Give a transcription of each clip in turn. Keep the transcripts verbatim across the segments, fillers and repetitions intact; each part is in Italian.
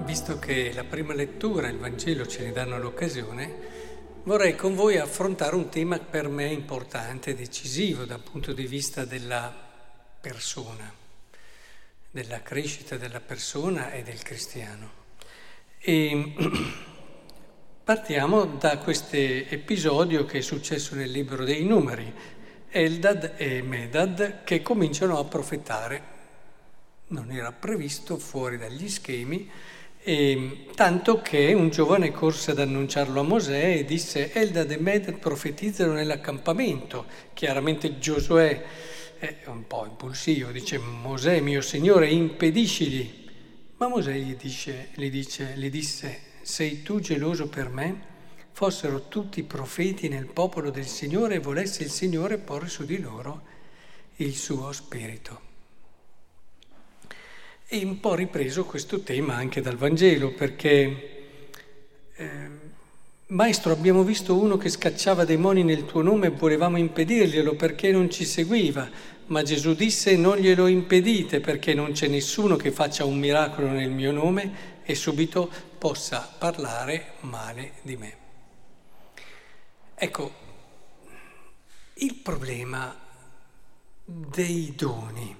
Visto che la prima lettura e il Vangelo ce ne danno l'occasione, vorrei con voi affrontare un tema per me importante, decisivo dal punto di vista della persona, della crescita della persona e del cristiano. E partiamo da questo episodio che è successo nel libro dei Numeri, Eldad e Medad che cominciano a profetare. Non era previsto, fuori dagli schemi, e tanto che un giovane corse ad annunciarlo a Mosè e disse: Eldad e Medad profetizzano nell'accampamento. Chiaramente Giosuè è un po' impulsivo, dice: Mosè mio signore, impediscili. Ma Mosè gli dice, gli dice, gli disse: sei tu geloso per me? Fossero tutti profeti nel popolo del Signore e volesse il Signore porre su di loro il suo spirito. E un po' ripreso questo tema anche dal Vangelo, perché eh, Maestro, abbiamo visto uno che scacciava demoni nel tuo nome e volevamo impedirglielo perché non ci seguiva, ma Gesù disse: non glielo impedite, perché non c'è nessuno che faccia un miracolo nel mio nome e subito possa parlare male di me. Ecco, il problema dei doni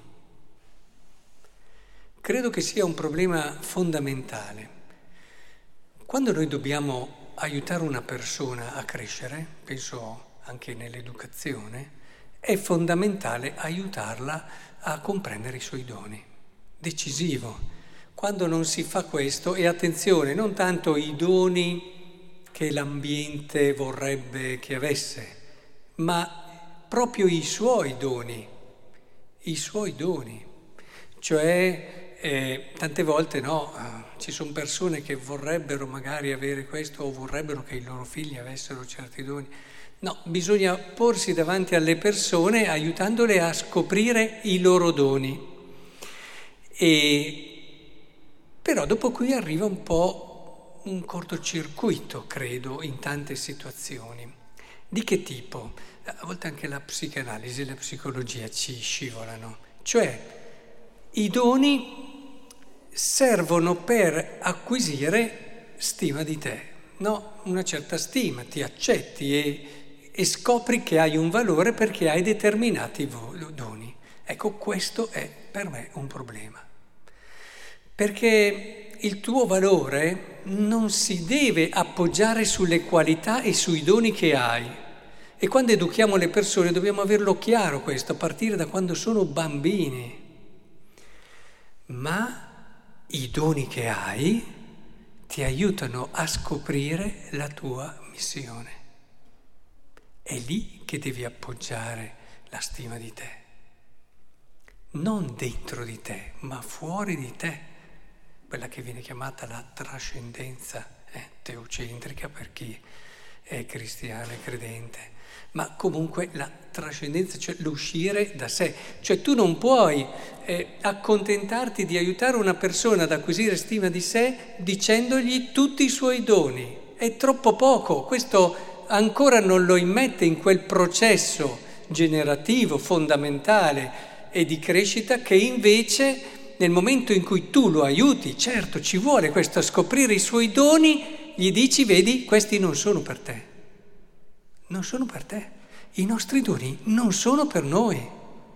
credo che sia un problema fondamentale. Quando noi dobbiamo aiutare una persona a crescere, penso anche nell'educazione, è fondamentale aiutarla a comprendere i suoi doni. Decisivo. Quando non si fa questo, e attenzione, non tanto i doni che l'ambiente vorrebbe che avesse, ma proprio i suoi doni, i suoi doni. Cioè, eh, tante volte no, eh, ci sono persone che vorrebbero magari avere questo o vorrebbero che i loro figli avessero certi doni. No, bisogna porsi davanti alle persone aiutandole a scoprire i loro doni. E, però dopo qui arriva un po' un cortocircuito, credo, in tante situazioni. Di che tipo? A volte anche la psicanalisi e la psicologia ci scivolano. Cioè, i doni servono per acquisire stima di te, no? Una certa stima, ti accetti e, e scopri che hai un valore perché hai determinati doni. Ecco, questo è per me un problema. Perché il tuo valore non si deve appoggiare sulle qualità e sui doni che hai. E quando educhiamo le persone dobbiamo averlo chiaro questo, a partire da quando sono bambini. Ma i doni che hai ti aiutano a scoprire la tua missione. È lì che devi appoggiare la stima di te. Non dentro di te, ma fuori di te. Quella che viene chiamata la trascendenza eh, teocentrica per chi è cristiano e credente. Ma comunque la trascendenza, cioè l'uscire da sé. Cioè tu non puoi eh, accontentarti di aiutare una persona ad acquisire stima di sé dicendogli tutti i suoi doni. È troppo poco, questo ancora non lo immette in quel processo generativo, fondamentale e di crescita che invece nel momento in cui tu lo aiuti, certo ci vuole questo a scoprire i suoi doni, gli dici: vedi, questi non sono per te. Non sono per te, i nostri doni non sono per noi.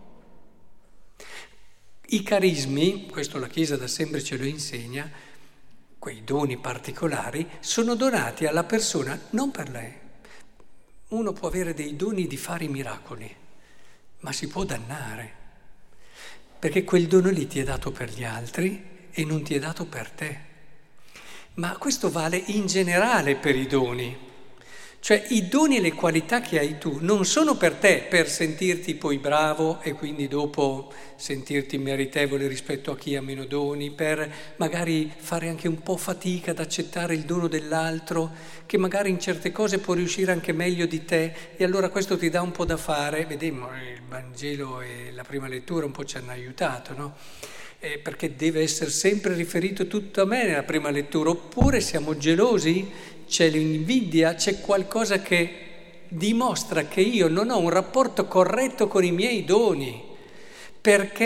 I carismi, questo la Chiesa da sempre ce lo insegna, quei doni particolari sono donati alla persona non per lei. Uno può avere dei doni di fare i miracoli, ma si può dannare, perché quel dono lì ti è dato per gli altri e non ti è dato per te. Ma questo vale in generale per i doni. Cioè i doni e le qualità che hai tu non sono per te, per sentirti poi bravo e quindi dopo sentirti meritevole rispetto a chi ha meno doni, per magari fare anche un po' fatica ad accettare il dono dell'altro, che magari in certe cose può riuscire anche meglio di te e allora questo ti dà un po' da fare. Vedemmo, il Vangelo e la prima lettura un po' ci hanno aiutato, no? Eh, perché deve essere sempre riferito tutto a me nella prima lettura, oppure siamo gelosi? C'è l'invidia, c'è qualcosa che dimostra che io non ho un rapporto corretto con i miei doni, perché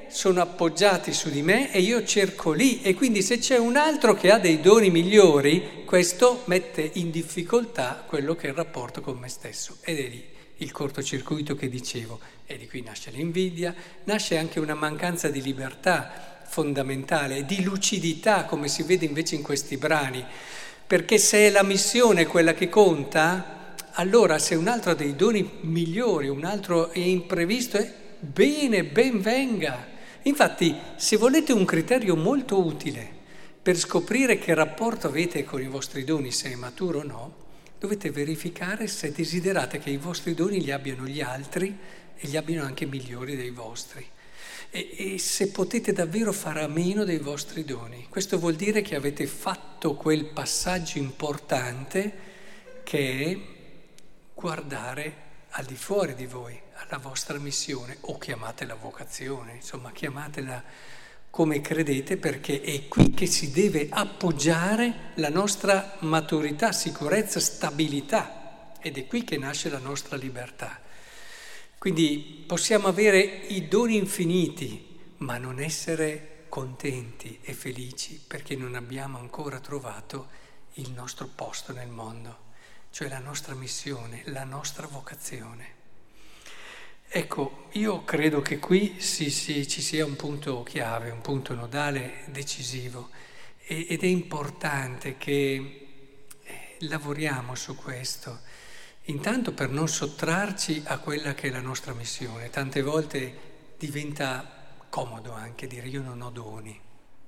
sono appoggiati su di me e io cerco lì, e quindi se c'è un altro che ha dei doni migliori, questo mette in difficoltà quello che è il rapporto con me stesso, ed è lì il cortocircuito che dicevo, e di qui nasce l'invidia, nasce anche una mancanza di libertà fondamentale, di lucidità, come si vede invece in questi brani, perché se è la missione quella che conta, allora se un altro ha dei doni migliori, un altro è imprevisto, è bene, ben venga. Infatti, se volete un criterio molto utile per scoprire che rapporto avete con i vostri doni, se è maturo o no, dovete verificare se desiderate che i vostri doni li abbiano gli altri e li abbiano anche migliori dei vostri. E, e se potete davvero fare a meno dei vostri doni. Questo vuol dire che avete fatto quel passaggio importante che è guardare al di fuori di voi, alla vostra missione, o chiamatela vocazione, insomma chiamatela come credete, perché è qui che si deve appoggiare la nostra maturità, sicurezza, stabilità, ed è qui che nasce la nostra libertà. Quindi possiamo avere i doni infiniti, ma non essere contenti e felici perché non abbiamo ancora trovato il nostro posto nel mondo, cioè la nostra missione, la nostra vocazione. Ecco, io credo che qui si, si, ci sia un punto chiave, un punto nodale decisivo, e, ed è importante che lavoriamo su questo, intanto per non sottrarci a quella che è la nostra missione. Tante volte diventa comodo anche dire io non ho doni,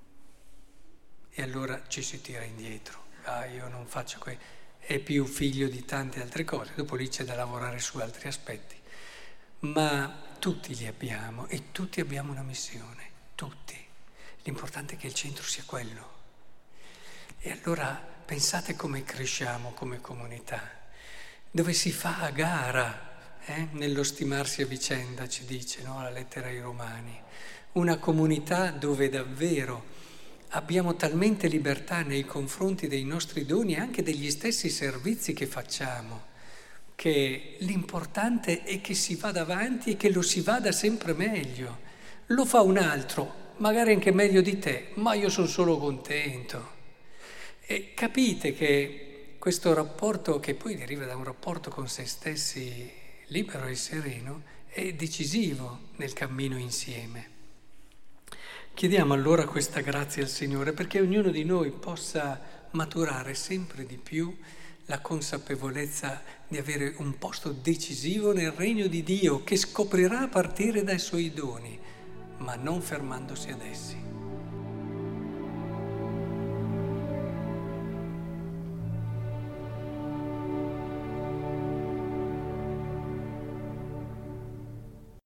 e allora ci si tira indietro, ah io non faccio questo, è più figlio di tante altre cose, dopo lì c'è da lavorare su altri aspetti. Ma tutti li abbiamo e tutti abbiamo una missione, tutti. L'importante è che il centro sia quello. E allora pensate come cresciamo come comunità, dove si fa a gara, eh? nello stimarsi a vicenda, ci dice, no? La lettera ai Romani. Una comunità dove davvero abbiamo talmente libertà nei confronti dei nostri doni e anche degli stessi servizi che facciamo, che l'importante è che si vada avanti e che lo si vada sempre meglio. Lo fa un altro, magari anche meglio di te, ma io sono solo contento. E capite che questo rapporto, che poi deriva da un rapporto con se stessi libero e sereno, è decisivo nel cammino insieme. Chiediamo allora questa grazia al Signore perché ognuno di noi possa maturare sempre di più la consapevolezza di avere un posto decisivo nel regno di Dio che scoprirà a partire dai suoi doni, ma non fermandosi ad essi.